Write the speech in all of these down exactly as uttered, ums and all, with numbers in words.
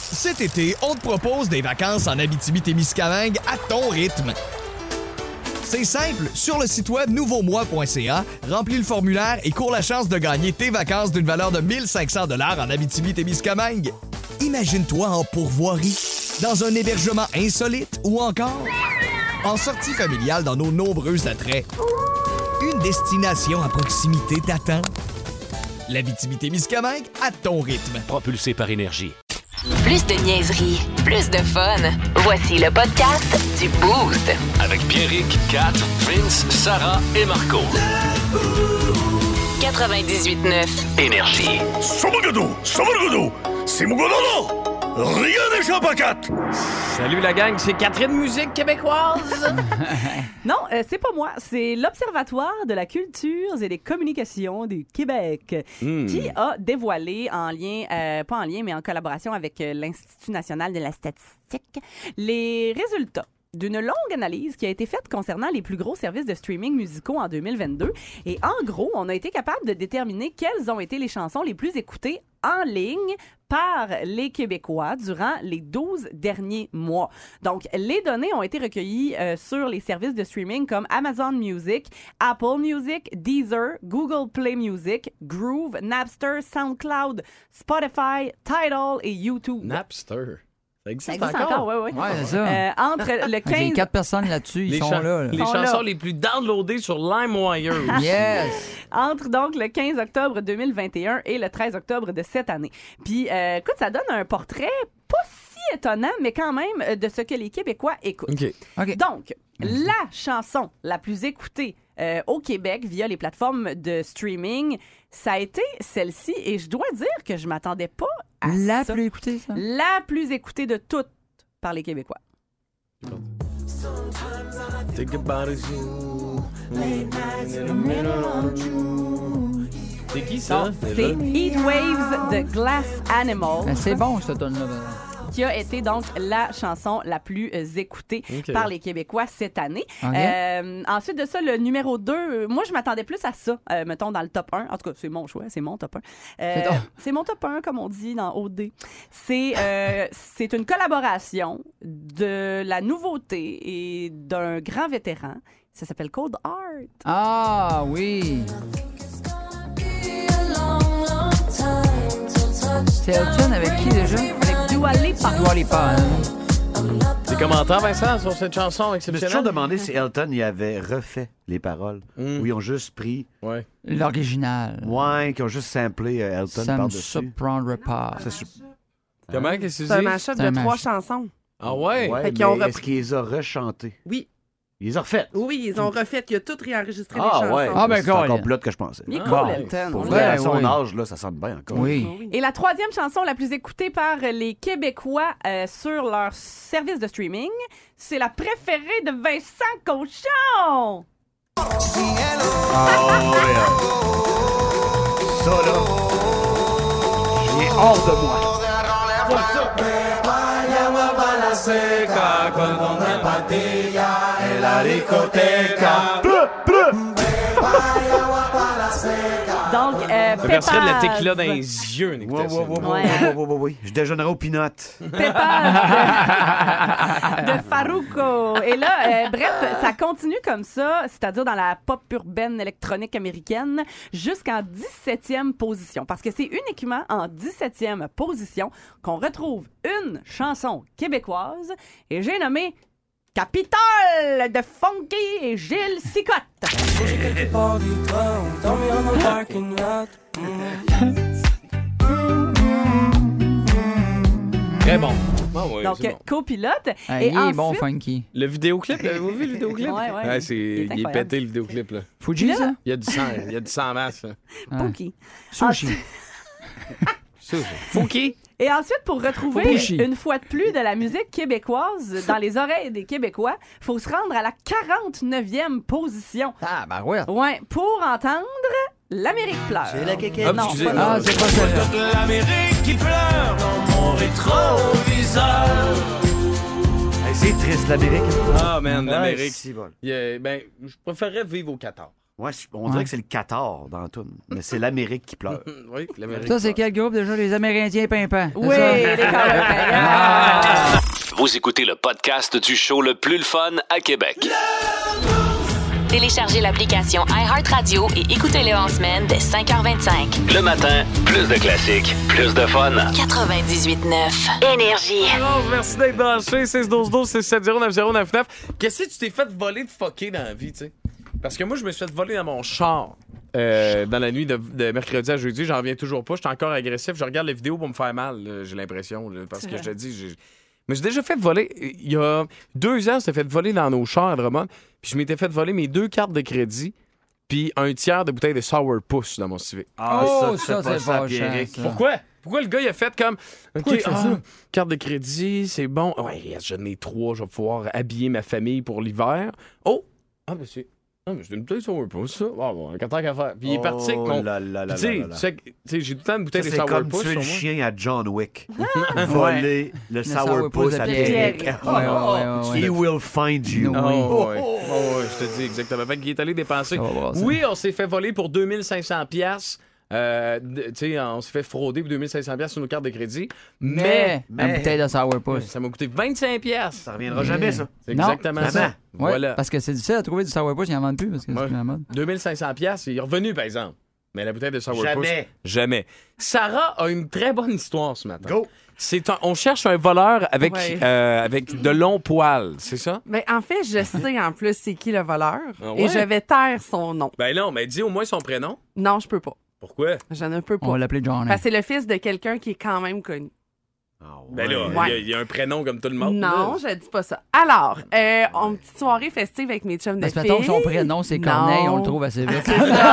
Cet été, on te propose des vacances en Abitibi-Témiscamingue à ton rythme. C'est simple, sur le site web nouveau moi point c a, remplis le formulaire et cours la chance de gagner tes vacances d'une valeur de mille cinq cents dollars en Abitibi-Témiscamingue. Imagine-toi en pourvoirie, dans un hébergement insolite ou encore en sortie familiale dans nos nombreux attraits. Une destination à proximité t'attend. L'Abitibi-Témiscamingue à ton rythme. Propulsé par Énergie. Plus de niaiserie, plus de fun. Voici le podcast du Boost. Avec Pierrick, Kat, Vince, Sarah et Marco. quatre-vingt-dix-huit neuf Énergie. Somagodo, Somagodo, c'est mon godono. Rien n'échappe à Kat. Salut la gang, c'est Catherine Musique québécoise. Non, euh, c'est pas moi. C'est l'Observatoire de la culture et des communications du Québec Mm. qui a dévoilé en lien, euh, pas en lien, mais en collaboration avec euh, l'Institut national de la statistique, les résultats d'une longue analyse qui a été faite concernant les plus gros services de streaming musicaux en deux mille vingt-deux. Et en gros, on a été capable de déterminer quelles ont été les chansons les plus écoutées en ligne par les Québécois durant les douze derniers mois. Donc, les données ont été recueillies euh, sur les services de streaming comme Amazon Music, Apple Music, Deezer, Google Play Music, Groove, Napster, SoundCloud, Spotify, Tidal et YouTube. Napster. Ça existe, Ça existe encore? encore, oui, oui. Ouais, c'est ça. Euh, entre le Avec les quinze... quatre personnes là-dessus, ils Les, sont chan- là. là. les Sont chansons là. les plus downloadées sur LimeWire. Yes! Entre donc le quinze octobre deux mille vingt et un et le treize octobre de cette année. Puis, euh, écoute, ça donne un portrait pas si étonnant, mais quand même euh, de ce que les Québécois écoutent. OK. OK. Donc, la chanson la plus écoutée euh, au Québec via les plateformes de streaming, ça a été celle-ci. Et je dois dire que je m'attendais pas à La ça. plus écoutée, ça? La plus écoutée de toutes par les Québécois. Think about it, you. C'est qui ça? Donc, c'est Heat Waves de Glass Animal. Ben, c'est bon, ce tonne-là. Qui a été donc la chanson la plus euh, écoutée Okay. par les Québécois cette année. OK. Euh, ensuite de ça, le numéro deux, euh, moi, je m'attendais plus à ça, euh, mettons, dans le top un. En tout cas, c'est mon choix, c'est mon top un. Euh, C'est ton- c'est mon top un, comme on dit dans O D. C'est euh, c'est une collaboration de la nouveauté et d'un grand vétéran. Ça s'appelle Cold Heart. Ah, oui! C'est Elton avec qui déjà? Avec Dua Lipa. Dua Lipa, hein? Tes commentaires, Vincent, sur cette chanson Je me suis toujours exceptionnelle? demandé si Elton y avait refait les paroles. Mm. Ou ils ont juste pris. Ouais. L'original. Ouais, qu'ils ont juste samplé euh, Elton Ça me par-dessus. surprendrait pas. Ça su- Comment, qu'est-ce que tu C'est un dis? mashup C'est un de trois mash- chansons. Ah ouais? Ouais, Fait qu'ils ont mais repris- est-ce qu'ils les ont rechantés? Oui. Ils les ont refaites. Oui, ils ont refait. Il a tout réenregistré les Ah chansons. ouais, Ah, ben, c'est encore Colin. plus que je pensais. Il est Ah, cool, ouais. Elton. Pour On vrai, à l'aime. son oui. âge, là, ça sonne bien encore. Oui. Oui. Et la troisième chanson la plus écoutée par les Québécois euh, sur leur service de streaming, c'est la préférée de Vincent Cochon. Ah ouais. Ça, là, j'ai hors de moi. Donc, euh, Je verserais de la Pépaz. tequila dans les yeux, Nick. Ouais, ouais, ouais, ouais, Ouais. ouais, ouais, ouais, ouais. Je déjeunerai au peanut. Pépaz de, de Farruko. Et là, euh, bref, ça continue comme ça, c'est-à-dire dans la pop urbaine électronique américaine, jusqu'en dix-septième position. Parce que c'est uniquement en dix-septième position qu'on retrouve une chanson québécoise. Et j'ai nommé Capitole de Funky et Gilles Sicotte. Très bon. Ah ouais, Donc, c'est euh, bon. copilote. Ah, et il est ensuite, bon, Funky. Le vidéoclip, avez-vous vu le vidéoclip? Ouais, ouais. c'est, Il est il est incroyable. pété, le vidéoclip, là. Fuji, Là- ça? Il y a du sang, il y a du sang en masse, là. Punky. Sushi. Fouki? Et ensuite, pour retrouver Fubushi. une fois de plus de la musique québécoise dans les oreilles des Québécois, il faut se rendre à la quarante-neuvième position. Ah, ben ouais. Ouais, pour entendre L'Amérique pleure. C'est la kékette. Ah, Non, excusez. pas Ah, ça. c'est pas celle-là. L'Amérique qui pleure dans mon rétroviseur. Hey, c'est triste, l'Amérique. Ah, man, l'Amérique. Si bon. Il y a- ben, je préférerais vivre au Qatar. Ouais, on dirait Ouais. que c'est le Qatar dans tout, mais c'est l'Amérique qui pleure. Oui, l'Amérique. Ça, c'est quel groupe déjà? Les Amérindiens pimpants. Oui, les Carolins. Vous écoutez le podcast du show le plus le fun à Québec. Téléchargez l'application iHeartRadio et écoutez-le en semaine dès cinq heures vingt-cinq. Le matin, plus de classiques, plus de fun. quatre-vingt-dix-huit neuf. Énergie. Oh, merci d'être branché. six un deux six sept zéro neuf zéro neuf neuf. Qu'est-ce que tu t'es fait voler de fucker dans la vie, tu sais? Parce que moi, je me suis fait voler dans mon char euh, dans la nuit de, de mercredi à jeudi. J'en reviens toujours pas. J'étais encore agressif. Je regarde les vidéos pour me faire mal, là, j'ai l'impression. Là, parce que je te dis, j'ai... je me suis déjà fait voler. Il y a deux ans, c'était fait voler dans nos chars à Drummond. Puis je m'étais fait voler mes deux cartes de crédit puis un tiers de bouteille de Sourpuss dans mon Civic. Ah, Oh, tu ça, fais pas c'est ça, fâchant, Pierrick. ça. Pourquoi? Pourquoi le gars, il a fait comme... OK, Pourquoi il fait ah, ça? carte de crédit, c'est bon. Ouais, j'en ai trois. Je vais pouvoir habiller ma famille pour l'hiver. Oh! Ah, ben c'est... Ah, mais j'ai une bouteille de Sourpuss, ça. Ah, bon, qu'à tant qu'à faire. Puis il est parti avec mon... Oh là là là Puis, tu sais, là là. tu sais, tu sais, j'ai tout le temps une bouteille Ça, de c'est comme Sourpuss tuer sur le moi. chien à John Wick. Voler le Sourpuss à Pierrick. Ouais, ouais, ouais, ouais. He will find you. No. Oh, Oui. ouais. Oh, ouais, je te dis exactement. Fait qu'il est allé dépenser. Ça va brasser. Oui, on s'est fait voler pour deux mille cinq cents piastres. Euh, d- tu sais, on s'est fait frauder pour deux mille cinq cents piastres sur nos cartes de crédit. Mais, Mais, une bouteille de Sourpuss. ça m'a coûté vingt-cinq piastres. Ça reviendra jamais, ça. C'est Non, exactement c'est ça. ça. Ouais, Voilà. parce que c'est difficile à trouver du Sourpuss, il n'y en vend plus parce que Ouais. c'est plus la mode. deux mille cinq cents piastres, il est revenu, par exemple. Mais la bouteille de Sourpuss, Jamais. jamais. Sarah a une très bonne histoire ce matin. Go. C'est un- on cherche un voleur avec, Ouais. euh, avec de longs poils, c'est ça? Ben, en fait, je sais en plus c'est qui le voleur Ah ouais? et je vais taire son nom. Ben non, mais dis au moins son prénom. Non, je peux pas. Pourquoi? Je ne peux On pas. va l'appeler Johnny. Parce que c'est le fils de quelqu'un qui est quand même connu. Ben là, il y a- Ouais. il y, a un prénom comme tout le monde. Non, là. je dis pas ça. Alors, euh, on petite soirée festive avec mes chums de Parce que filles. mettons que son prénom, c'est Corneille, Non. on le trouve assez vite.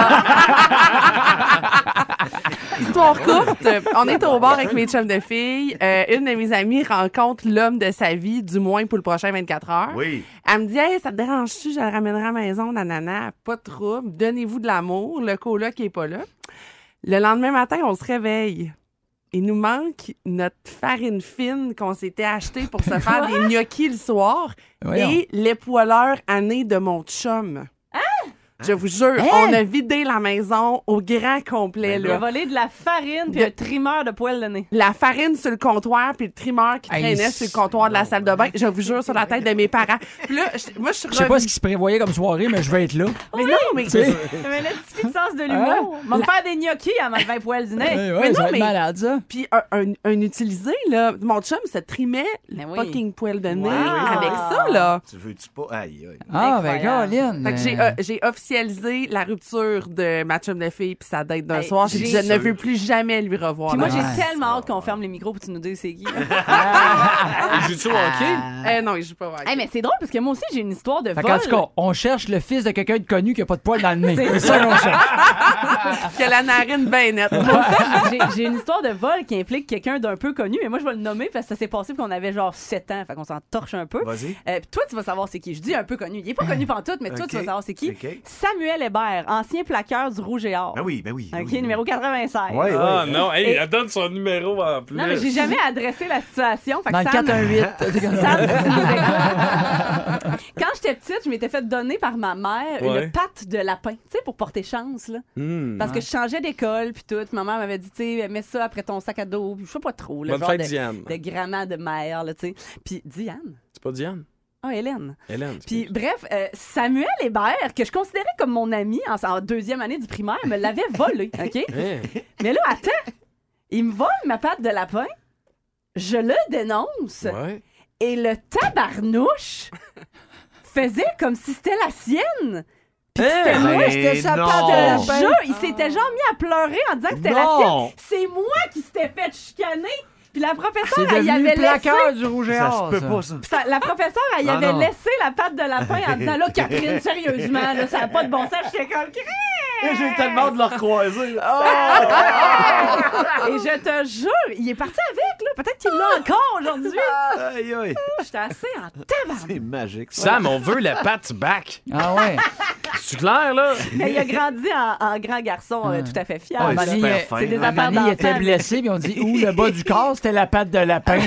Histoire courte, on est au bar avec mes chums de filles. Euh, une de mes amies rencontre l'homme de sa vie, du moins pour le prochain vingt-quatre heures. Oui. Elle me dit, hey, ça te dérange-tu? Je le ramènerai à la maison, nanana. Pas de trouble. Donnez-vous de l'amour. Le coloc qui est pas là. Le lendemain matin, on se réveille. Il nous manque notre farine fine qu'on s'était achetée pour se faire des gnocchis le soir Voyons. et l'époileur année de mon chum. Je vous jure, Hein? on a vidé la maison au grand complet. Il a Là. volé de la farine puis De- un trimeur de poils de nez. La farine sur le comptoir puis le trimeur qui Hey, traînait sur le comptoir de la salle de bain. Je vous jure, sur la tête de mes parents. Puis là, je- moi, je suis Je sais pas revenue- ce qui se prévoyait comme soirée, mais je vais être là. Mais non, mais... Tu sais. Mais le petit sens de l'humour. Va me faire des gnocchis à m'enlever un poil du nez. Ouais, ouais, Mais ça non, va être mais- malade, ça. Puis un, un, un utilisé, là, mon chum se trimait le Mais oui. fucking poil de nez Ouais, oui. avec ça, là. Tu veux-tu pas? Aïe, aïe. Ah, ben, Incroyable. Caroline. Fait que j'ai, euh, j'ai officialisé la rupture de ma chum de fille puis sa date d'un Hey, soir. J'ai dit, j'ai- je ne veux plus jamais lui revoir. Puis moi, la j'ai face. Ouais. tellement hâte qu'on ferme les micros pour que tu nous dises c'est qui. Il joue-tu au hockey? Euh, non, il joue pas. Hey, mais c'est drôle parce que moi aussi, j'ai une histoire de Fait vol. qu'en tout cas, on cherche le fils de quelqu'un de connu qui a pas de poils dans le nez. C'est ça qu'on cherche. Qui a la narine bien nette. J'ai- J'ai une histoire de vol qui implique quelqu'un d'un peu connu, mais moi, je vais le nommer parce que ça s'est passé puis qu'on avait genre sept ans. Fait qu'on s'en torche un peu. Vas-y. Euh, puis toi, tu vas savoir c'est qui. Je dis un peu connu. Il est pas connu pantoute, mais toi, Ok. tu vas savoir c'est qui. Ok. Samuel Hébert, ancien plaqueur du Rouge et Or. Ben oui, ben oui. ben OK, oui. numéro quatre-vingt-seize. Ouais, ouais. Ah non, hey, Et- elle donne son numéro en plus. Non, mais j'ai jamais adressé la situation. Fait que Dans le Sam- quatre un huit. C'est comme ça. Sam, tu nous écoutes. Quand j'étais petite, je m'étais fait donner par ma mère Ouais. une patte de lapin, tu sais, pour porter chance, là. Hmm. Parce que je changeais d'école, puis tout. Ma mère m'avait dit, tu sais, mets ça après ton sac à dos. Puis je sais pas trop, le Bonne genre fête, de, Diane. de grammaire de mère, là, tu sais. Puis Diane. C'est pas Diane? Ah, Hélène. Hélène. Puis bref, euh, Samuel Hébert, que je considérais comme mon ami en, en deuxième année du primaire, me l'avait volé, OK? Hein? Mais là, attends. Il me vole ma patte de lapin. Je le dénonce. Ouais. Et le tabarnouche faisait comme si c'était la sienne. Puis que c'était Hein? moi, Mais j'étais sa non. patte de lapin. Il s'était genre mis à pleurer en disant que c'était la Non. sienne. C'est moi qui s'était fait chicaner. Puis la professeure, C'est elle y devenu avait le laissé... plaqueur du rouge et Ça or. se peut pas, ça. Puis ça- la professeure, elle y Ah avait non. laissé la patte de lapin en disant, là, Catherine, sérieusement, là, ça n'a pas de bon sens. J'étais comme, J'ai tellement de le recroiser. là. et je te jure, il est parti avec, là. Peut-être qu'il l'a encore aujourd'hui. Aïe, aïe. J'étais assez en tabarnak. C'est magique. ça. Sam, on veut la patte back. Ah ouais. C'est clair, là? Mais il a grandi en, en grand garçon euh, Ouais. tout à fait fier. Ah, Ah, super Manny, fin. c'est des là. affaires Manny, il était d'enfant. blessé, puis on dit, ouh, le bas du corps, c'était la patte de lapin.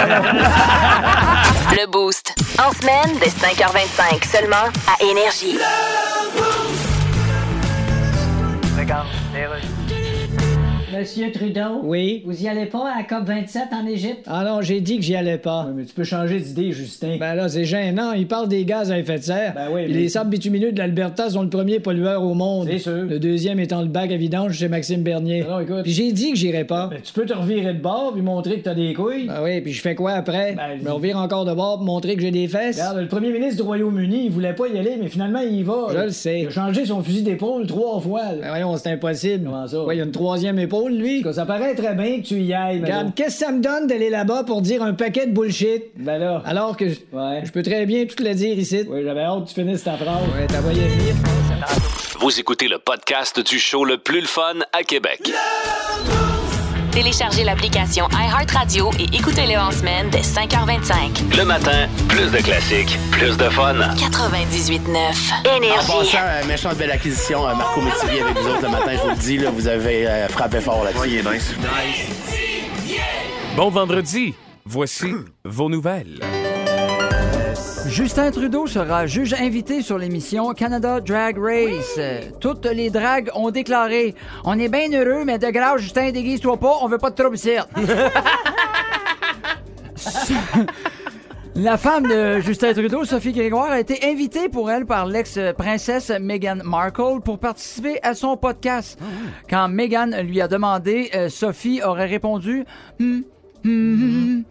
Le Boost. En semaine, dès cinq heures vingt-cinq, seulement à Énergie. Monsieur Trudeau? Oui? Vous y allez pas à la COP vingt-sept en Égypte? Ah non, j'ai dit que j'y allais pas. Ouais, mais tu peux changer d'idée, Justin. Ben là, c'est gênant. Ils parlent des gaz à effet de serre. Ben oui, Puis mais- les sables bitumineux de l'Alberta sont le premier pollueur au monde. C'est sûr. Le deuxième étant le bac à vidange chez Maxime Bernier. Non, écoute. Puis j'ai dit que j'irais pas. Ben, tu peux te revirer de bord puis montrer que t'as des couilles. Ben oui, puis je fais quoi après? Ben, je me revire encore de bord pour montrer que j'ai des fesses. Regarde, le premier ministre du Royaume-Uni, il voulait pas y aller, mais finalement, il y va. Je le sais. Il a changé son fusil d'épaule trois fois. là. Ben voyons, c'est impossible. Comment ça? Ouais, il y a une troisième épaule, lui. Ça paraît très bien que tu y ailles, mais Regarde, qu'est-ce que ça me donne d'aller là-bas pour dire un paquet de bullshit? Ben là. Alors que je, Ouais. je peux très bien tout le dire ici. Oui, j'avais hâte que tu finisses ta phrase. Ouais, t'as voyé venir. Vous écoutez le podcast du show le plus le fun à Québec. Téléchargez l'application iHeartRadio et écoutez-le en semaine dès cinq heures vingt-cinq. Le matin, plus de classiques, plus de fun. quatre-vingt-dix-huit neuf. En Énergie. passant, euh, méchante belle acquisition, euh, Marco Métivier avec vous autres le matin, je vous le dis, là, vous avez euh, frappé fort là-dessus. Ouais, il est nice. Bon vendredi, voici vos nouvelles. Justin Trudeau sera juge invité sur l'émission Canada Drag Race. Euh, Toutes les dragues ont déclaré « On est bien heureux, mais de grâce, Justin, déguise-toi pas, on veut pas de trouble ici. » La femme de Justin Trudeau, Sophie Grégoire, a été invitée pour elle par l'ex-princesse Meghan Markle pour participer à son podcast. Quand Meghan lui a demandé, euh, Sophie aurait répondu hmm, hmm, hmm.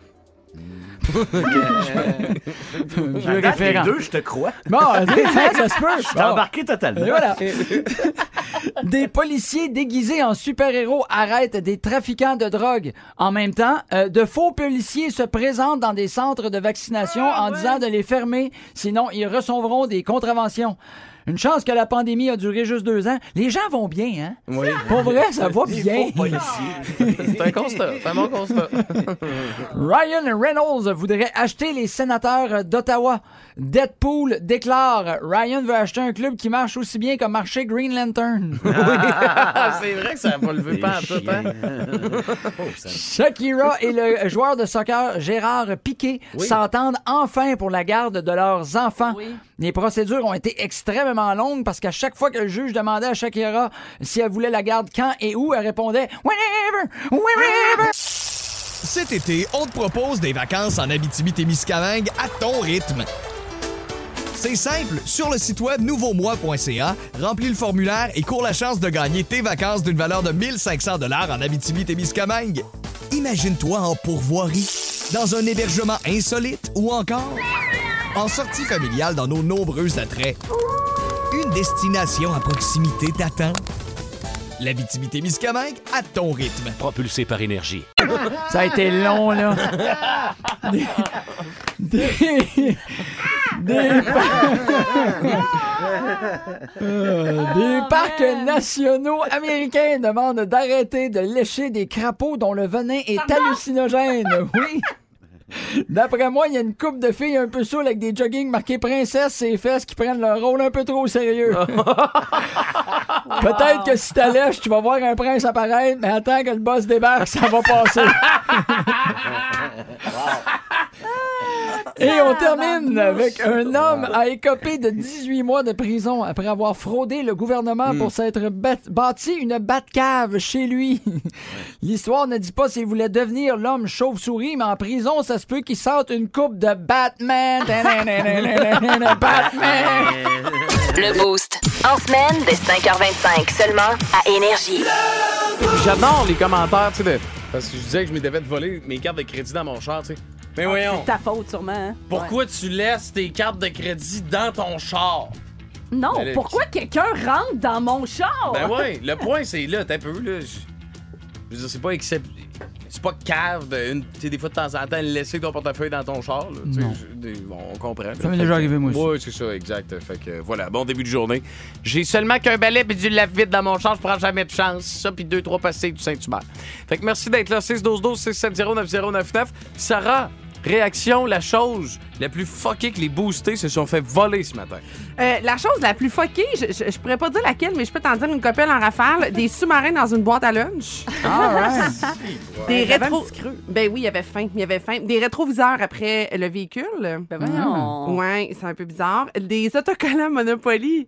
À date, les deux, je te crois. Bon, allez, ça, ça se peut. Je t'ai embarqué totalement. Et voilà. Des policiers déguisés en super-héros arrêtent des trafiquants de drogue. En même temps, euh, de faux policiers se présentent dans des centres de vaccination en disant de les fermer, sinon ils recevront des contraventions. Une chance que la pandémie a duré juste deux ans. Les gens vont bien, hein? Oui. Pour vrai, ça va bien. C'est un constat, c'est un bon constat. Ryan Reynolds voudrait acheter les sénateurs d'Ottawa. Deadpool déclare Ryan veut acheter un club qui marche aussi bien que marché Green Lantern. Ah, c'est vrai que ça va lever pas en tout, hein? Shakira et le joueur de soccer Gérard Piqué Oui. s'entendent enfin pour la garde de leurs enfants. Oui. Les procédures ont été extrêmement longues parce qu'à chaque fois que le juge demandait à Shakira si elle voulait la garde quand et où, elle répondait « Whenever, wherever ». Cet été, on te propose des vacances en Abitibi-Témiscamingue à ton rythme. C'est simple, sur le site web nouveau moi point c a, remplis le formulaire et cours la chance de gagner tes vacances d'une valeur de mille cinq cents dollars en Abitibi-Témiscamingue. Imagine-toi en pourvoirie, dans un hébergement insolite ou encore en sortie familiale dans nos nombreux attraits. Une destination à proximité t'attend. L'Abitibi-Témiscamingue à ton rythme. Propulsé par Énergie. Ça a été long, là. Des... Des... Des... Euh, des parcs nationaux américains demandent d'arrêter de lécher des crapauds dont le venin est hallucinogène. Oui. D'après moi, il y a une couple de filles un peu saoules avec des joggings marqués princesse et fesses qui prennent leur rôle un peu trop au sérieux. Peut-être que si t'allèches, tu vas voir un prince apparaître, mais attends que le boss débarque, ça va passer. Et on termine avec un homme a écopé de dix-huit mois de prison après avoir fraudé le gouvernement pour s'être bat- bâti une Batcave chez lui. L'histoire ne dit pas s'il voulait devenir l'homme chauve-souris, mais en prison, ça se peut qu'il sorte une coupe de Batman. Batman! Le Boost. En semaine dès cinq heures vingt-cinq seulement à Énergie. J'adore les commentaires, tu sais, de... parce que je disais que je m'étais fait voler mes cartes de crédit dans mon char, tu sais. Mais Ah, voyons, c'est ta faute, sûrement. hein? pourquoi Ouais. tu laisses tes cartes de crédit dans ton char? Non, Ben là, pourquoi quelqu'un rentre dans mon char? Ben ouais, le point c'est là, t'as un peu là. Je je veux dire, c'est pas excep... c'est pas cave de une, tu sais, des fois de temps en temps laisser ton portefeuille dans ton char. Là, tu sais, Non. je- des- bon, on comprend. là. Ça m'est Fait déjà que- arrivé, moi aussi. Ouais, c'est ça, exact. Fait que voilà, bon début de journée. J'ai seulement qu'un balai puis du lave-vide dans mon char, je prends jamais de chance. Ça puis deux trois pastilles du Saint-Hubert. Fait que merci d'être là. six douze douze six sept zéro neuf zéro neuf neuf. Sarah, réaction, la chose la plus fuckée que les boostés se sont fait voler ce matin. Euh, la chose la plus fuckée, je, je, je pourrais pas dire laquelle, mais je peux t'en dire une copelle en rafale, des sous-marins dans une boîte à lunch. Ah, Des J'avais rétro... un petit creux. Ben oui, il y avait faim, il y avait faim. Des rétroviseurs après le véhicule. Ben voyons. Ouais, c'est un peu bizarre. Des autocollants Monopoly.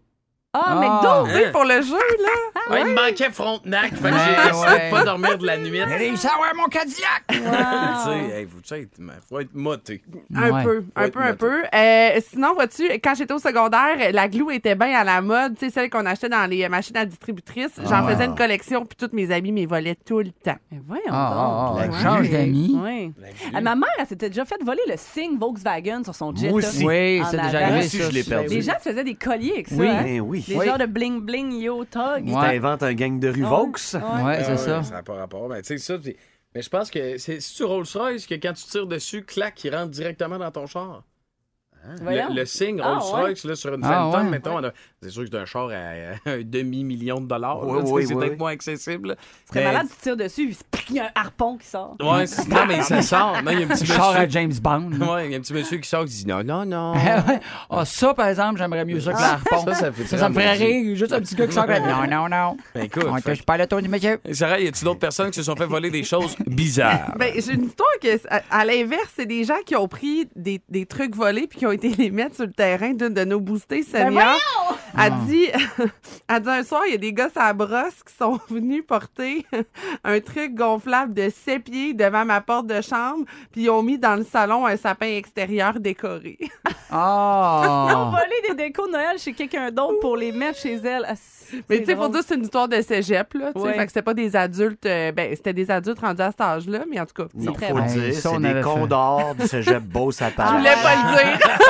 Ah, Ah. McDo! Tu sais, pour le jeu, là. Ouais, il me manquait Frontenac, fait que Ouais, j'ai décidé ouais. de pas dormir de la nuit. J'ai réussi à avoir mon Cadillac! Tu sais, hey, faut, tu sais, faut être moté. Un Ouais. peu, un Ouais, peu, un moté. peu. Euh, sinon, vois-tu, quand j'étais au secondaire, la glue était bien à la mode. Tu sais, celle qu'on achetait dans les machines à distributrices. J'en ouais. faisais une collection, puis tous mes amis m'y volaient tout le temps. Mais voyons Ah, ah, donc. ah, change d'amis. Ouais. Ah, ma mère, elle s'était déjà fait voler le signe Volkswagen sur son jet. Moi là, aussi. Oui, en c'est déjà avant. arrivé. Moi aussi, ça. je l'ai perdu. Les gens se faisaient des colliers avec ça. Oui. hein? Ben oui. Des Oui. genres de bling-bling yo tog. Tu Ouais. t'inventes un gang de rue Vaux. Ouais, c'est ça. Ça n'a pas rapport. Mais tu sais, ça, c'est- mais je pense que c'est si tu Rolls-Royce que quand tu tires dessus, clac, il rentre directement dans ton char. Voyons. Le, le signe Ah, Rolls-Royce là, sur une Ah, Phantom, ouais. mettons, on a- c'est sûr que c'est un char à, à un demi-million de dollars. Oui, là, tu sais, oui, c'est oui, peut-être oui. moins accessible. Ce serait Mais- malade, tu tires dessus, puis il y a un harpon qui sort. Ouais, c'est- non, mais ça sort. Non, il y a un petit Char à monsieur. James Bond. Ouais, il y a un petit monsieur qui sort qui dit non, non, non. Ouais. Ah, ça, par exemple, j'aimerais mieux ça que Ah, l'harpon. ça, ça fait Ça, ça me ferait rire. Juste un petit gars qui sort comme non, non, non. Ben, écoute, On fait- touche pas le tour du monsieur. Sarah, y a-t-il d'autres personnes qui se sont fait voler des choses bizarres? Ben, j'ai une histoire que, à, à l'inverse, c'est des gens qui ont pris des, des trucs volés puis qui ont été les mettre sur le terrain d'une de nos boostés seniors. Elle dit, elle dit un soir, il y a des gars à la brosse qui sont venus porter un truc gonflable de sept pieds devant ma porte de chambre, puis ils ont mis dans le salon un sapin extérieur décoré. Ils ont Ah! volé des décos de Noël chez quelqu'un d'autre pour les mettre chez elle. Ah, c'est- Mais c'est tu sais, faut drôle. dire que c'est une histoire de cégep, là. tu sais. Ouais. Fait que c'était pas des adultes, euh, ben, c'était des adultes rendus à cet âge-là, mais en tout cas. Il très faut bon. le Hey, dire, ça, on c'est des avait fait. condors du cégep Beau-Sapin. Je voulais pas le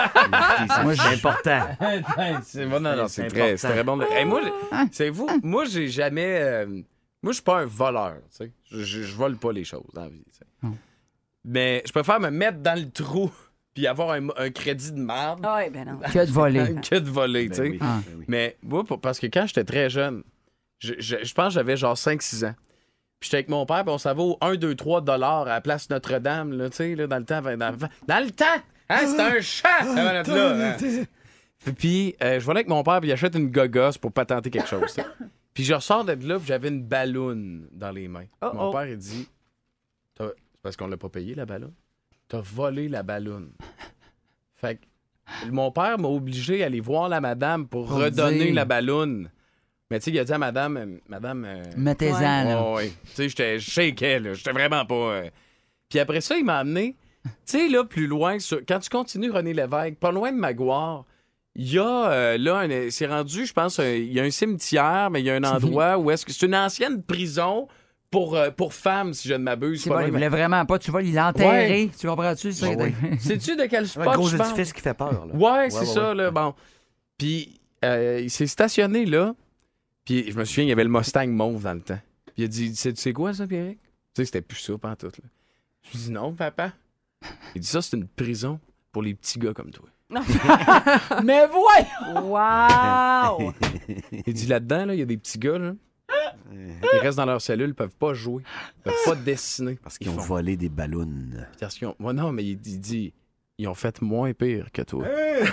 dire. Moi, c'est important. C'est bon, non, non, c'est C'est très, important. c'est très bon. Hey, moi, j'ai- c'est vous. Moi, j'ai jamais. euh, moi, je suis pas un voleur. Tu sais, je, je, je vole pas les choses dans la vie. Tu sais. Non. Mais je préfère me mettre dans le trou puis avoir un, un crédit de merde Ah ouais, ben non. Que de voler. que de voler. tu sais. Ben oui, Ah. ben oui. Mais moi, pour- parce que quand j'étais très jeune, je, je, je pense que j'avais genre cinq six ans. Puis j'étais avec mon père, puis on s'en va au un, deux, trois dollars à la place Notre-Dame, là, tu sais, là, dans le temps. Dans, dans, dans le temps! Hein, c'était un chat avant notre là. hein. Puis euh, je volais avec mon père, puis il achète une gogosse pour patenter quelque chose. tu sais. Puis je ressors de là, puis j'avais une balloune dans les mains. Oh, Mon oh. père, il dit, T'as- c'est parce qu'on l'a pas payé, la balloune. T'as volé la balloune. Fait que mon père m'a obligé à aller voir la madame pour, Pour redonner dire. la balloune. Mais tu sais, il a dit à madame, euh, madame... euh, Mettez-en, là. Oh, ouais. Tu sais, j'étais je shakeais, là. J'étais vraiment pas... euh. Puis après ça, il m'a amené... Tu sais, là, plus loin, sur- quand tu continues René Lévesque, pas loin de Maguire, il y a, euh, là, un- c'est rendu, je pense, un- il y a un cimetière, mais il y a un endroit où est-ce que... C'est une ancienne prison pour, euh, pour femmes, si je ne m'abuse. C'est pas bon, loin il de- voulait vraiment pas. Tu vois, il l'a enterré. Tu comprends-tu? ça? Ah oui. Sais-tu de quel spot Un gros je parle? édifice qui fait peur. Là. Ouais, c'est ouais, ça, ouais. là. Bon. Puis, euh, il s'est stationné là. Puis, je me souviens, il y avait le Mustang mauve dans le temps. Puis, il a dit, c'est c'est quoi ça, Pierrick? Tu sais, c'était plus ça, pantoute, là. Je lui dis, non, papa. Il dit, ça, c'est une prison pour les petits gars comme toi. Mais voyons! Wow! Il dit, là-dedans, là, il y a des petits gars, là. Ils restent dans leur cellule, ils peuvent pas jouer. Ils peuvent pas dessiner. Parce qu'ils ont Ils font- volé des ballons. Parce qu'ils ont... Ouais, non, mais il, il dit, ils ont fait moins pire que toi.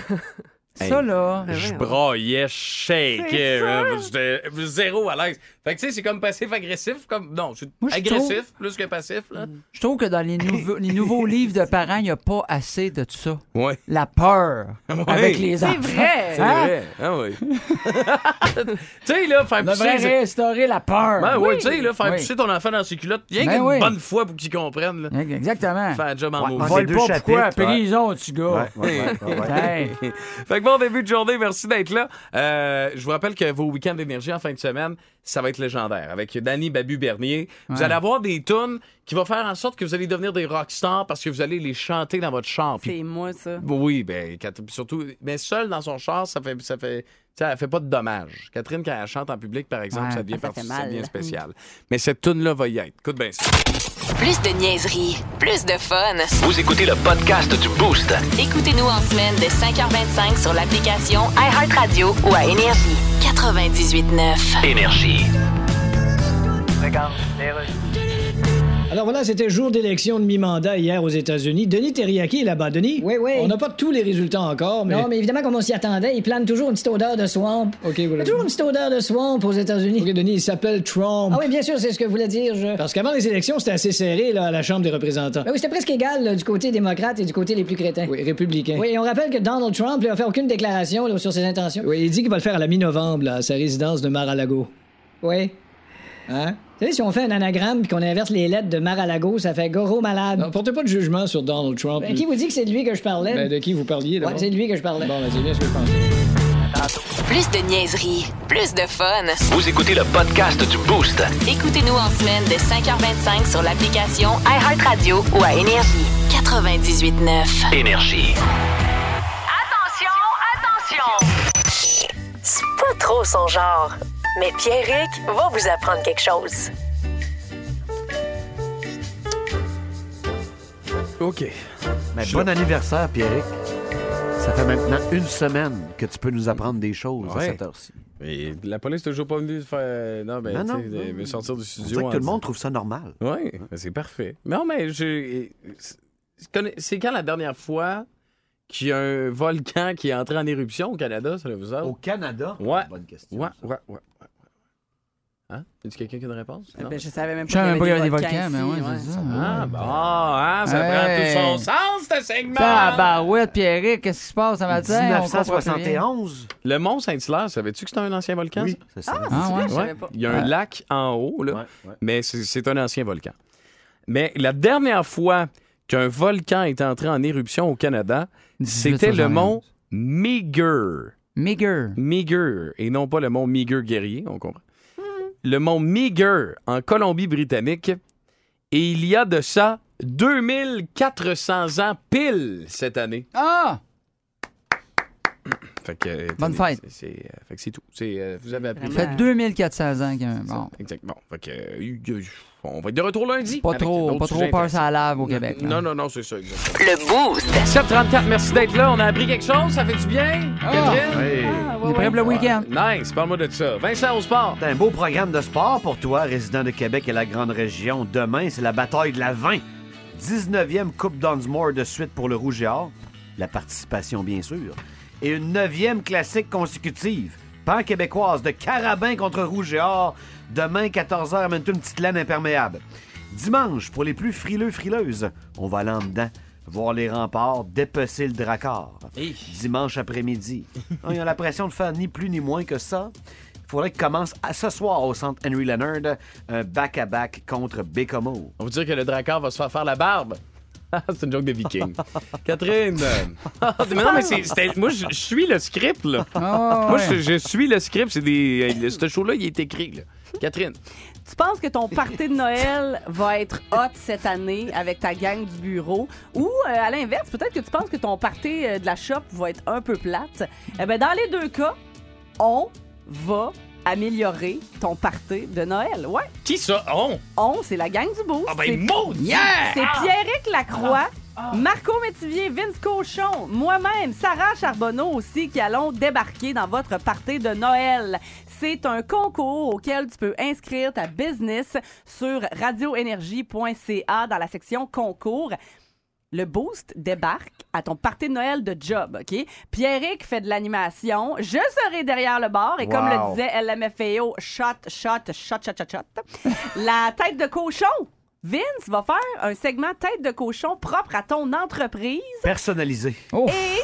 Ça, là. Je braillais, je shakeais, C'est man. J'étais zéro à l'aise. Fait que tu sais, c'est comme passif-agressif, comme. Non, c'est Moi, je agressif trouve- plus que passif, là. Je trouve que dans les, nouveaux- les nouveaux livres de parents, il n'y a pas assez de tout ça. Ouais. La peur Ouais. avec les C'est enfants. vrai! C'est Hein? vrai. Ah oui. tu sais, là, faire On devrait pousser. réinstaurer la peur. Ben oui, tu sais, là, faire Oui. pousser ton enfant dans ses culottes, rien Ben qu'une oui. bonne fois pour qu'il comprenne, là. Exactement. Faire un job en Ouais, mot. ouais. Vole deux pas, pourquoi? chapitres, ouais. Prison, tu gars. Ouais, ouais, ouais, ouais, ouais. Hey. Fait que bon début de journée, merci d'être là. Euh, je vous rappelle que vos week-ends d'énergie en fin de semaine, ça va être légendaire. Avec Danny Babu Bernier, vous Ouais. allez avoir des tunes qui vont faire en sorte que vous allez devenir des rockstars parce que vous allez les chanter dans votre char. Puis- C'est moi, ça. oui, ben quand- surtout, mais seul dans son char, ça fait, ça fait, tu sais, elle fait pas de dommages. Catherine, quand elle chante en public, par exemple, Ouais. ça devient, Ah, ça parti- fait ça mal. devient spécial. Mais cette tune-là va y être. Écoute bien ça. Plus de niaiserie, plus de fun. Vous écoutez le podcast du Boost. Écoutez-nous en semaine de cinq heures vingt-cinq sur l'application iHeartRadio ou à Énergie. quatre-vingt-dix-huit neuf. Énergie. Alors voilà, c'était jour d'élection de mi-mandat hier aux États-Unis. Denis Terriaki est là-bas. Denis? Oui, oui. On n'a pas tous les résultats encore, mais... Non, mais évidemment, comme on s'y attendait, il plane toujours une petite odeur de swamp. OK, Il y voilà. a toujours une petite odeur de swamp aux États-Unis. OK, Denis, il s'appelle Trump. Ah oui, bien sûr, c'est ce que voulait dire. Je... Parce qu'avant les élections, c'était assez serré là, à la Chambre des représentants. Ben oui, c'était presque égal là, du côté démocrate et du côté les plus crétins. Oui, républicain. Oui, et on rappelle que Donald Trump n'a fait aucune déclaration là, sur ses intentions. Oui, il dit qu'il va le faire à la mi-novembre, là, à sa résidence de Mar-a-Lago. Oui. Hein? Vous savez, si on fait un anagramme puis qu'on inverse les lettres de Mar-a-Lago, ça fait Goro malade. Non, portez pas de jugement sur Donald Trump. Ben, qui vous dit que c'est de lui que je parlais? Ben, de qui vous parliez, là? Ouais, c'est de lui que je parlais. Bon, ben, c'est bien ce que je pensais. Plus de niaiserie, plus de fun. Vous écoutez le podcast du Boost. Écoutez-nous en semaine de cinq heures vingt-cinq sur l'application iHeartRadio ou à Énergie. quatre-vingt-dix-huit neuf. Énergie. Attention, attention! C'est pas trop son genre, mais Pierrick va vous apprendre quelque chose. OK. Mais bon anniversaire, Pierrick. Ça fait maintenant une semaine que tu peux nous apprendre des choses Ouais. à cette heure-ci. Et la police n'est toujours pas venue faire. Non, ben, Non, non, tu sais, non. me sortir du On studio. dirait que en tout le disant- monde trouve ça normal. Oui, ben, c'est parfait. Non, mais je. c'est- C'est quand la dernière fois qu'il y a un volcan qui est entré en éruption au Canada, ça vous autres? Au Canada? Ouais. Bonne question. Ouais, ça. ouais, ouais. ouais. Hein? Y a quelqu'un qui a une réponse? Non? Ben, je savais même Je pas savais qu'il y même avait pas des qu'il y avait des volcans volcans, ici, mais ouais, ouais. c'est ça. Ah, bon, hein, ça Hey. prend tout son sens, ce segment! Tabarouette, Pierrick, qu'est-ce qui se passe ce matin? dix-neuf On cent comprend plus rien. soixante et onze? Le Mont Saint-Hilaire, savais-tu que c'était un ancien volcan? Oui, ça? c'est ça. Ah, ouais? Je Ouais. savais pas. Il y a un Ouais. lac en haut, là, Ouais, ouais. mais c'est- c'est un ancien volcan. Mais la dernière fois qu'un volcan est entré en éruption au Canada, c'était le mont Meager. Meager. Meager, et non pas le mont Meager-Guerrier, on comprend. Le mont Meager, en Colombie-Britannique, et il y a de ça deux mille quatre cents ans pile cette année. Ah! Fait que, euh, Bonne tenez, fête. c'est- c'est, euh, fait que c'est tout. C'est, euh, vous avez appris. Ça fait deux mille quatre cents ans qu'il y a un... Bon. Exactement. Fait que, euh, y- y- on va être de retour lundi. Pas avec trop, d'autres pas trop sujets peur intéressants. ça lave au Québec. là. Non, non, non, c'est ça, exactement. Le Boost. sept trente-quatre, merci d'être là. On a appris quelque chose, ça fait du bien. Ah. Catherine? Hey. Ah, On ouais, est prêt pour le ouais. week-end. Nice, parle-moi de ça. Vincent au sport. C'est un beau programme de sport pour toi, résident de Québec et la grande région. Demain, c'est la bataille de la vingt. dix-neuvième Coupe Dunsmore de suite pour le Rouge et Or. La participation, bien sûr. Et une neuvième classique consécutive. Pan-québécoise de Carabin contre Rouge et Or. Demain, quatorze heures, amène-toi une petite laine imperméable. Dimanche, pour les plus frileux frileuses, on va aller en dedans, voir les remparts, dépecer le Dracard. Dimanche après-midi. Ah, ils ont l'impression de faire ni plus ni moins que ça. Il faudrait qu'ils commencent à ce soir au centre Henry Leonard, un back-à-back contre Bécomo. On va dire que le Dracard va se faire faire la barbe. Ah, c'est une joke de viking. Catherine. Ah, mais non, mais c'est, c'était- moi, je je suis le script, là. Ah, Moi, ouais. je, je suis le script. C'est des, le- ce show-là, il est écrit, là. Catherine. Tu penses que ton party de Noël va être hot cette année avec ta gang du bureau ou, euh, à l'inverse, peut-être que tu penses que ton party euh, de la shop va être un peu plate? Eh bien, dans les deux cas, on va améliorer ton party de Noël. Ouais. Qui ça? On? On, c'est la gang du Boost. Ah, ben, C'est- maudit! Yeah! C'est Pierrick Lacroix, Marco Métivier, Vince Cochon, moi-même, Sarah Charbonneau aussi, qui allons débarquer dans votre party de Noël. C'est un concours auquel tu peux inscrire ta business sur radioénergie point c a dans la section concours. Le Boost débarque à ton party de Noël de job, OK? Pierrick fait de l'animation. Je serai derrière le bar. Et comme Wow. le disait L M F A O, shot, shot, shot, shot, shot, shot. La tête de cochon. Vince va faire un segment tête de cochon propre à ton entreprise. Personnalisé. Oh. Et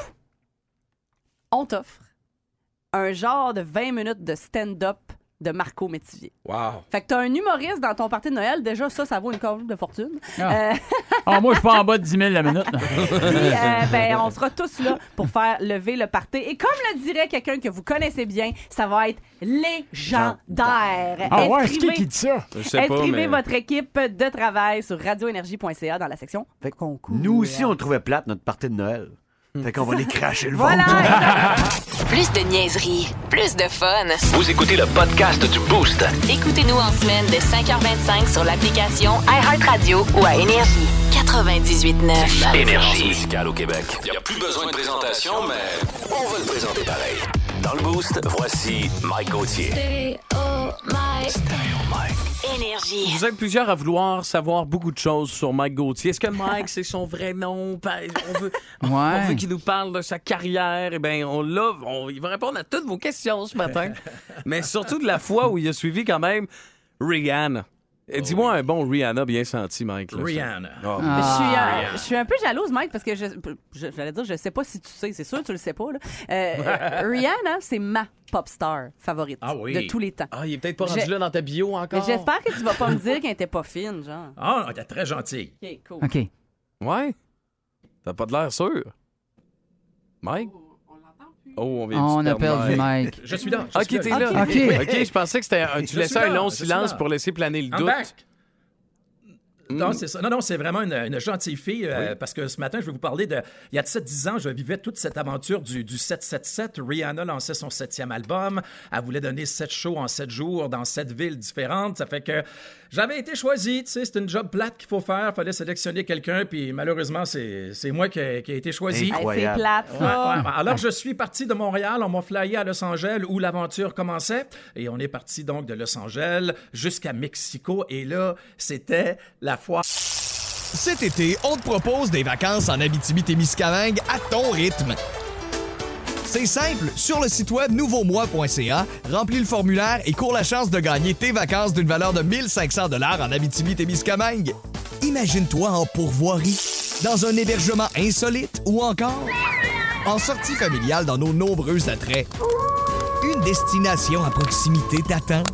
on t'offre un genre de vingt minutes de stand-up de Marco Métivier. Wow. Fait que t'as un humoriste dans ton party de Noël. Déjà, ça, ça vaut une corde de fortune. Ah. Euh, Ah, moi, je suis pas en bas de dix mille la minute. là. Puis, euh, ben, on sera tous là pour faire lever le party. Et comme le dirait quelqu'un que vous connaissez bien, ça va être légendaire. Ah ouais, c'est qui Inscrivez- qui dit ça? Je sais pas, Inscrivez mais... votre équipe de travail sur radioénergie point c a dans la section Fait que concours. Nous aussi, on le trouvait plate, notre partie de Noël. Fait qu'on va les cracher le Voilà! ventre. Plus de niaiserie, plus de fun. Vous écoutez le podcast du Boost. Écoutez-nous en semaine de cinq heures vingt-cinq sur l'application iHeartRadio ou à Énergie. quatre-vingt-dix-huit neuf. La référence musicale au Québec. Il n'y a plus besoin de présentation, mais on va le présenter pareil. Dans le Boost, voici Mike Gauthier. Énergie. Vous êtes plusieurs à vouloir savoir beaucoup de choses sur Mike Gauthier. Est-ce que Mike, c'est son vrai nom? On veut, Ouais. on veut qu'il nous parle de sa carrière. Eh bien, on l'a. On- il va répondre à toutes vos questions ce matin. Mais surtout de la fois où il a suivi quand même Rihanna. Et dis-moi un bon Rihanna bien senti, Mike. là, ça. Rihanna. Oh. Je suis, euh, je suis un peu jalouse, Mike, parce que je, je- j'allais dire, je sais pas si tu sais, c'est sûr que tu le sais pas. Là. Euh, Rihanna, c'est ma pop star favorite Ah oui. de tous les temps. Ah, il est peut-être pas rendu J'ai- là dans ta bio encore. Mais j'espère que tu vas pas me dire qu'elle était pas fine, genre. Ah, t'es très gentil. OK, cool. OK. Ouais? T'as pas de l'air sûr. Mike? Oh, on vient On de a perdu Mike. Je suis là. je Ok, suis t'es là. là. Ok. Ok, je pensais que c'était un- tu Je laissais suis un là, long je suis silence là. pour laisser planer le I'm doute. back. Non, c'est ça. Non, non, c'est vraiment une, une gentille fille euh, parce que ce matin, je vais vous parler de... Il y a sept dix ans, je vivais toute cette aventure du, du sept sept sept. Rihanna lançait son septième album. Elle voulait donner sept shows en sept jours dans sept villes différentes. Ça fait que j'avais été choisi. Tu sais, c'est une job plate qu'il faut faire. Il fallait sélectionner quelqu'un. Puis malheureusement, c'est, c'est moi qui ai, qui ai été choisi. Incroyable. Hey, c'est plate, Ouais, ça. ouais. Alors, je suis parti de Montréal. On m'a flyé à Los Angeles où l'aventure commençait. Et on est parti donc de Los Angeles jusqu'à Mexico. Et là, c'était la fois... Cet été, on te propose des vacances en Abitibi-Témiscamingue à ton rythme. C'est simple, sur le site web nouveau moi point c a, remplis le formulaire et cours la chance de gagner tes vacances d'une valeur de mille cinq cents dollars en Abitibi-Témiscamingue. Imagine-toi en pourvoirie, dans un hébergement insolite ou encore en sortie familiale dans nos nombreux attraits. Une destination à proximité t'attend.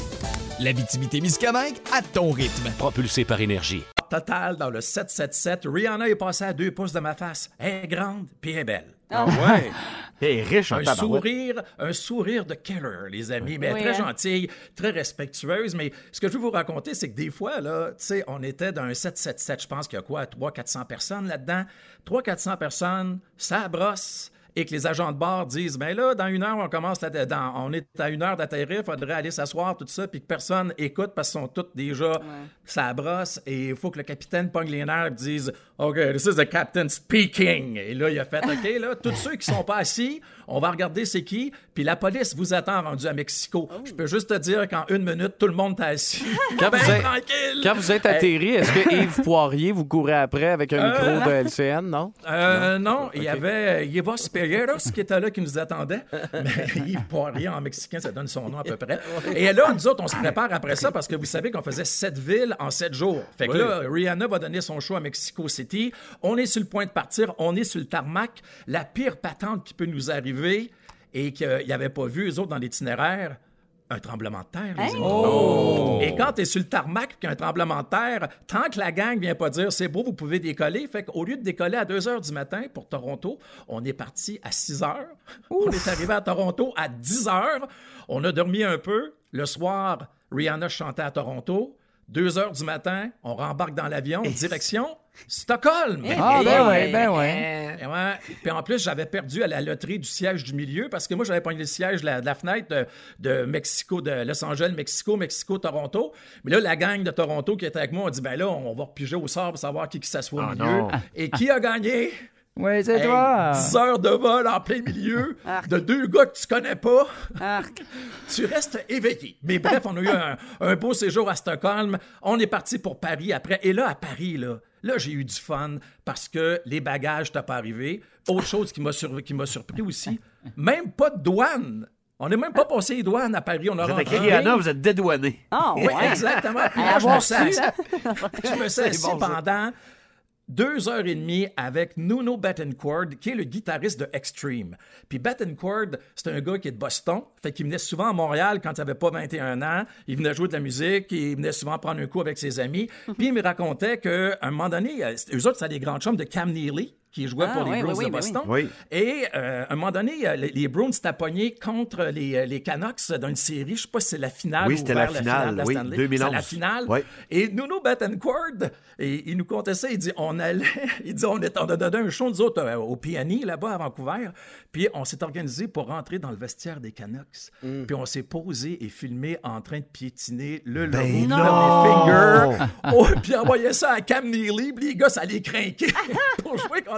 L'Abitibi-Témiscamingue à ton rythme. Propulsé par Énergie. Total dans le sept sept sept. Rihanna est passée à deux pouces de ma face. Elle est grande, puis elle est belle. Ah ouais? Elle est riche en Un tabarouette. sourire, un sourire de killer, les amis. Mais Oui, très hein? gentille, très respectueuse. Mais ce que je veux vous raconter, c'est que des fois, là, tu sais, on était dans un sept sept sept. Je pense qu'il y a quoi, trois cents à quatre cents personnes là-dedans. trois cents à quatre cents personnes, ça brosse. Et que les agents de bord disent, ben là, dans une heure, on commence, la, dans, on est à une heure d'atterrir, il faudrait aller s'asseoir, tout ça, puis que personne écoute parce qu'ils sont tous déjà, ça brosse, et il faut que le capitaine pogne les nerfs et dise, OK, this is the captain speaking. Et là, il a fait, OK, là, tous ceux qui sont pas assis, on va regarder c'est qui, puis la police vous attend rendu à Mexico. Je peux juste te dire qu'en une minute, tout le monde est assis. Quand, Ben vous êtes, tranquille. quand vous êtes atterri, est-ce que Yves Poirier vous courait après avec un micro Euh, de L C N, non? Euh, non, il y avait Yeva Speyeros qui était là, qui nous attendait. Mais Yves Poirier, en mexicain, ça donne son nom à peu près. Et là, nous autres, on se prépare après ça parce que vous savez qu'on faisait sept villes en sept jours. Fait que Oui. là, Rihanna va donner son show à Mexico City. On est sur le point de partir. On est sur le tarmac. La pire patente qui peut nous arriver et qu'ils n'avaient pas vu, eux autres, dans l'itinéraire, un tremblement de terre, les amis. Oh! Et quand t'es sur le tarmac et qu'il y a un tremblement de terre, tant que la gang vient pas dire c'est beau, vous pouvez décoller, fait qu'au lieu de décoller à deux heures du matin pour Toronto, on est parti à six heures. On est arrivé à Toronto à dix heures. On a dormi un peu. Le soir, Rihanna chantait à Toronto. deux heures du matin, on rembarque dans l'avion, direction Stockholm. Ah, Et- ben ouais, ben ouais. et ouais. Puis en plus, j'avais perdu à la loterie du siège du milieu parce que moi, j'avais pogné le siège de la, de la fenêtre de, de Mexico, de Los Angeles, Mexico, Mexico, Toronto. Mais là, la gang de Toronto qui était avec moi, on dit, ben là, on va repiger au sort pour savoir qui, qui s'assoit au Ah, milieu. non. Et qui a gagné? Oui, c'est Hey, toi. dix heures de vol en plein milieu de deux gars que tu connais pas. Arc. Tu restes éveillé. Mais bref, on a eu un, un beau séjour à Stockholm. On est parti pour Paris après. Et là, à Paris, là, là j'ai eu du fun parce que les bagages t'ont pas arrivé. Autre chose qui m'a, sur- qui m'a surpris aussi, même pas de douane. On n'est même pas passé les douanes à Paris. On a Vous êtes avec rentré. Rihanna, vous êtes dédouané. Ah, Oui, ouais. exactement. Puis À là, je me avoir suis su, assis- hein? je me suis assis bon, ça. pendant deux heures et demie avec Nuno Bettencourt, qui est le guitariste de Extreme. Puis Bettencourt, c'est un gars qui est de Boston, fait qu'il venait souvent à Montréal quand il n'avait pas vingt et un ans. Il venait jouer de la musique, il venait souvent prendre un coup avec ses amis. Puis il me racontait qu'à un moment donné, euh, eux autres, c'était des grands chums de Cam Neely, qui jouait Ah, pour les oui, Bruins oui, oui, de ben Boston. oui. Et euh, à un moment donné, euh, les, les Bruins s'étaient pognés contre les, les Canucks dans une série. Je sais pas si c'est la finale Oui, ou c'était vers la finale, de la oui, Stanley. deux mille onze. C'est la finale. Oui. Et Nuno Bettencourt, et il nous contait ça, il dit, on allait, il dit, on, est, on a donné un show, nous autres, euh, au P N I, là-bas, à Vancouver, puis on s'est organisé pour rentrer dans le vestiaire des Canucks. Mm. Puis on s'est posé et filmé en train de piétiner le logo Ben de non! mes fingers. Oh, puis envoyé ça à Cam Neely, puis les gars, ça les craquait pour jouer contre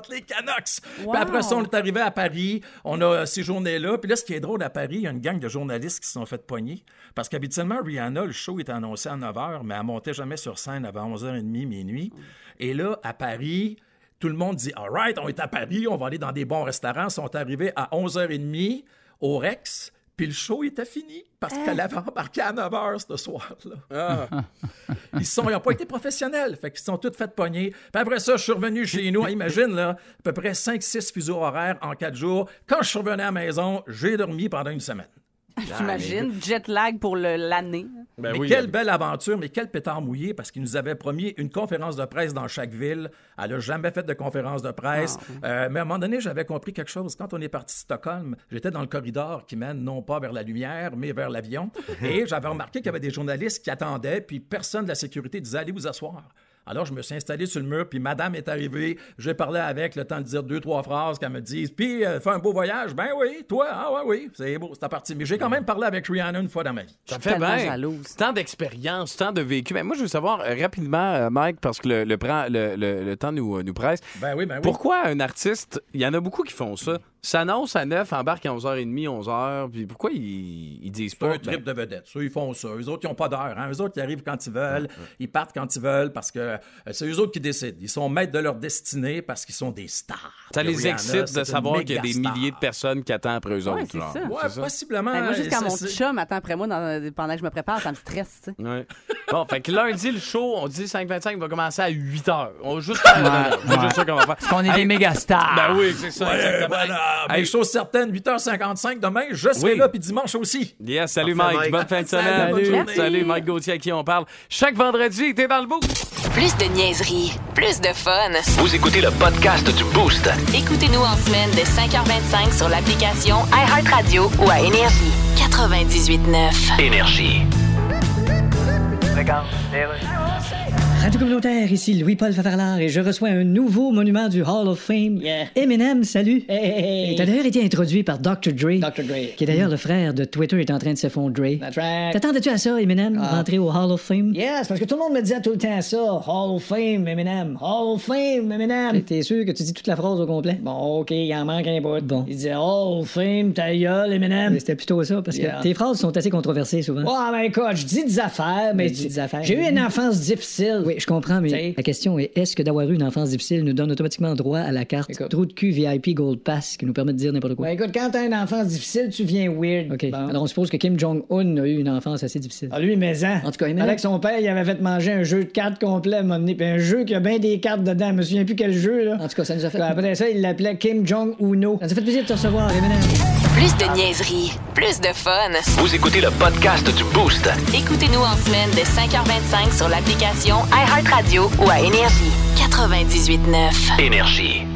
contre les Canucks. Wow. Puis après ça, on est arrivé à Paris. On a ces journées-là. Puis là, ce qui est drôle à Paris, il y a une gang de journalistes qui se sont fait pogner. Parce qu'habituellement, Rihanna, le show est annoncé à neuf heures, mais elle montait jamais sur scène avant onze heures trente, minuit. Et là, à Paris, tout le monde dit « All right, on est à Paris, on va aller dans des bons restaurants. » Ils sont arrivés à onze heures trente au Rex. Puis le show était fini parce qu'elle avait embarqué à neuf heures ce soir-là. Ah. Ils sont, ils n'ont pas été professionnels. Fait qu'ils se sont tous fait pogner. Puis après ça, je suis revenu chez nous. Imagine, là, à peu près cinq six fuseaux horaires en quatre jours. Quand je suis revenu à la maison, j'ai dormi pendant une semaine. J'imagine, jet lag pour le, l'année. Ben mais oui, quelle belle aventure, mais quel pétard mouillé, parce qu'il nous avait promis une conférence de presse dans chaque ville. Elle n'a jamais fait de conférence de presse. Ah. Euh, mais à un moment donné, j'avais compris quelque chose. Quand on est parti de Stockholm, j'étais dans le corridor qui mène non pas vers la lumière, mais vers l'avion. Et j'avais remarqué qu'il y avait des journalistes qui attendaient, puis personne de la sécurité disait « Allez vous asseoir ». Alors, je me suis installé sur le mur, puis madame est arrivée. J'ai parlé avec, le temps de dire deux, trois phrases qu'elle me dise. Puis, euh, fais un beau voyage. Ben oui, toi, ah ouais, oui, c'est beau, c'est parti. Mais j'ai quand même parlé avec Rihanna une fois dans ma vie. Ça fait bien. Tant d'expérience, tant de vécu. Mais moi, je veux savoir euh, rapidement, euh, Mike, parce que le, le, le, le, le temps nous, nous presse. Ben oui, ben oui. Pourquoi un artiste, il y en a beaucoup qui font ça, s'annonce à neuf, embarque à onze heures trente, onze heures, puis pourquoi ils, ils disent pas? C'est un trip ben... de vedette. Ça, ils font ça. Eux autres, ils n'ont pas d'heure. Hein? Eux autres, ils arrivent quand ils veulent. Ouais, ouais. Ils partent quand ils veulent parce que euh, c'est eux autres qui décident. Ils sont maîtres de leur destinée parce qu'ils sont des stars. Ça les Rihanna, excite de savoir qu'il y a des star. milliers de personnes qui attendent après eux ouais, autres. C'est là. ça. Ouais, c'est ça. possiblement. Ben, moi, juste quand c'est, mon c'est... chum attend après moi dans, pendant que je me prépare, ça me stresse. Tu sais. Ouais. Bon, fait que lundi, le show, on dit cinq vingt-cinq va commencer à huit heures. On va juste faire ouais, c'est ouais. juste ça qu'on va faire. Parce qu'on est hey, des méga stars. Ben oui, c'est ça. Ouais, exactement. Voilà. Hey, hey, chose certaine, huit heures cinquante-cinq demain, je serai oui. là, puis dimanche aussi. Yes, salut Mike. Mike. Bonne fin de semaine. Salut, salut Mike Gauthier à qui on parle. Chaque vendredi, t'es dans le boost. Plus de niaiserie, plus de fun. Vous écoutez le podcast du Boost. Écoutez-nous en semaine de cinq heures vingt-cinq sur l'application iHeartRadio ou à Énergie. quatre-vingt-dix-huit neuf. Énergie. Regarde, Radio communautaire, ici Louis-Paul Favarlard et je reçois un nouveau monument du Hall of Fame. Yeah. Eminem, salut. Hey, hey, hey. Il a d'ailleurs été introduit par docteur Dre, docteur Dre, qui est d'ailleurs mm. le frère de Twitter est en train de se fondre Dre. That's right. T'attendais-tu à ça, Eminem, ah. rentrer au Hall of Fame? Yes, parce que tout le monde me disait tout le temps ça. Hall of Fame, Eminem. Hall of Fame, Eminem. T'es sûr que tu dis toute la phrase au complet? Bon, OK, il en manque un bout. Bon. Il disait Hall of Fame, ta gueule, Eminem. C'était plutôt ça, parce yeah. que tes phrases sont assez controversées souvent. Oh, ben écoute, je dis des affaires, mais... Tu dis des affaires. J'ai eu une enfance difficile. Oui, je comprends, mais t'sais. La question est, est-ce que d'avoir eu une enfance difficile nous donne automatiquement droit à la carte écoute. Trou de cul V I P Gold Pass qui nous permet de dire n'importe quoi? Ben écoute, quand t'as une enfance difficile, tu viens weird. OK. Bon. Alors on suppose que Kim Jong-un a eu une enfance assez difficile. Ah, lui, mais en. En tout cas, il avec son père, il avait fait manger un jeu de cartes complet à un moment donné, puis un jeu qui a bien des cartes dedans. Je me souviens plus quel jeu, là. En tout cas, ça nous a fait. Après ça, il l'appelait Kim Jong-uno. Ça nous a fait plaisir de te recevoir, Eminem. Plus de niaiserie, plus de fun. Vous écoutez le podcast du Boost. Écoutez-nous en semaine de cinq heures vingt-cinq sur l'application iHeartRadio ou à Énergie. quatre-vingt-dix-huit neuf. Énergie.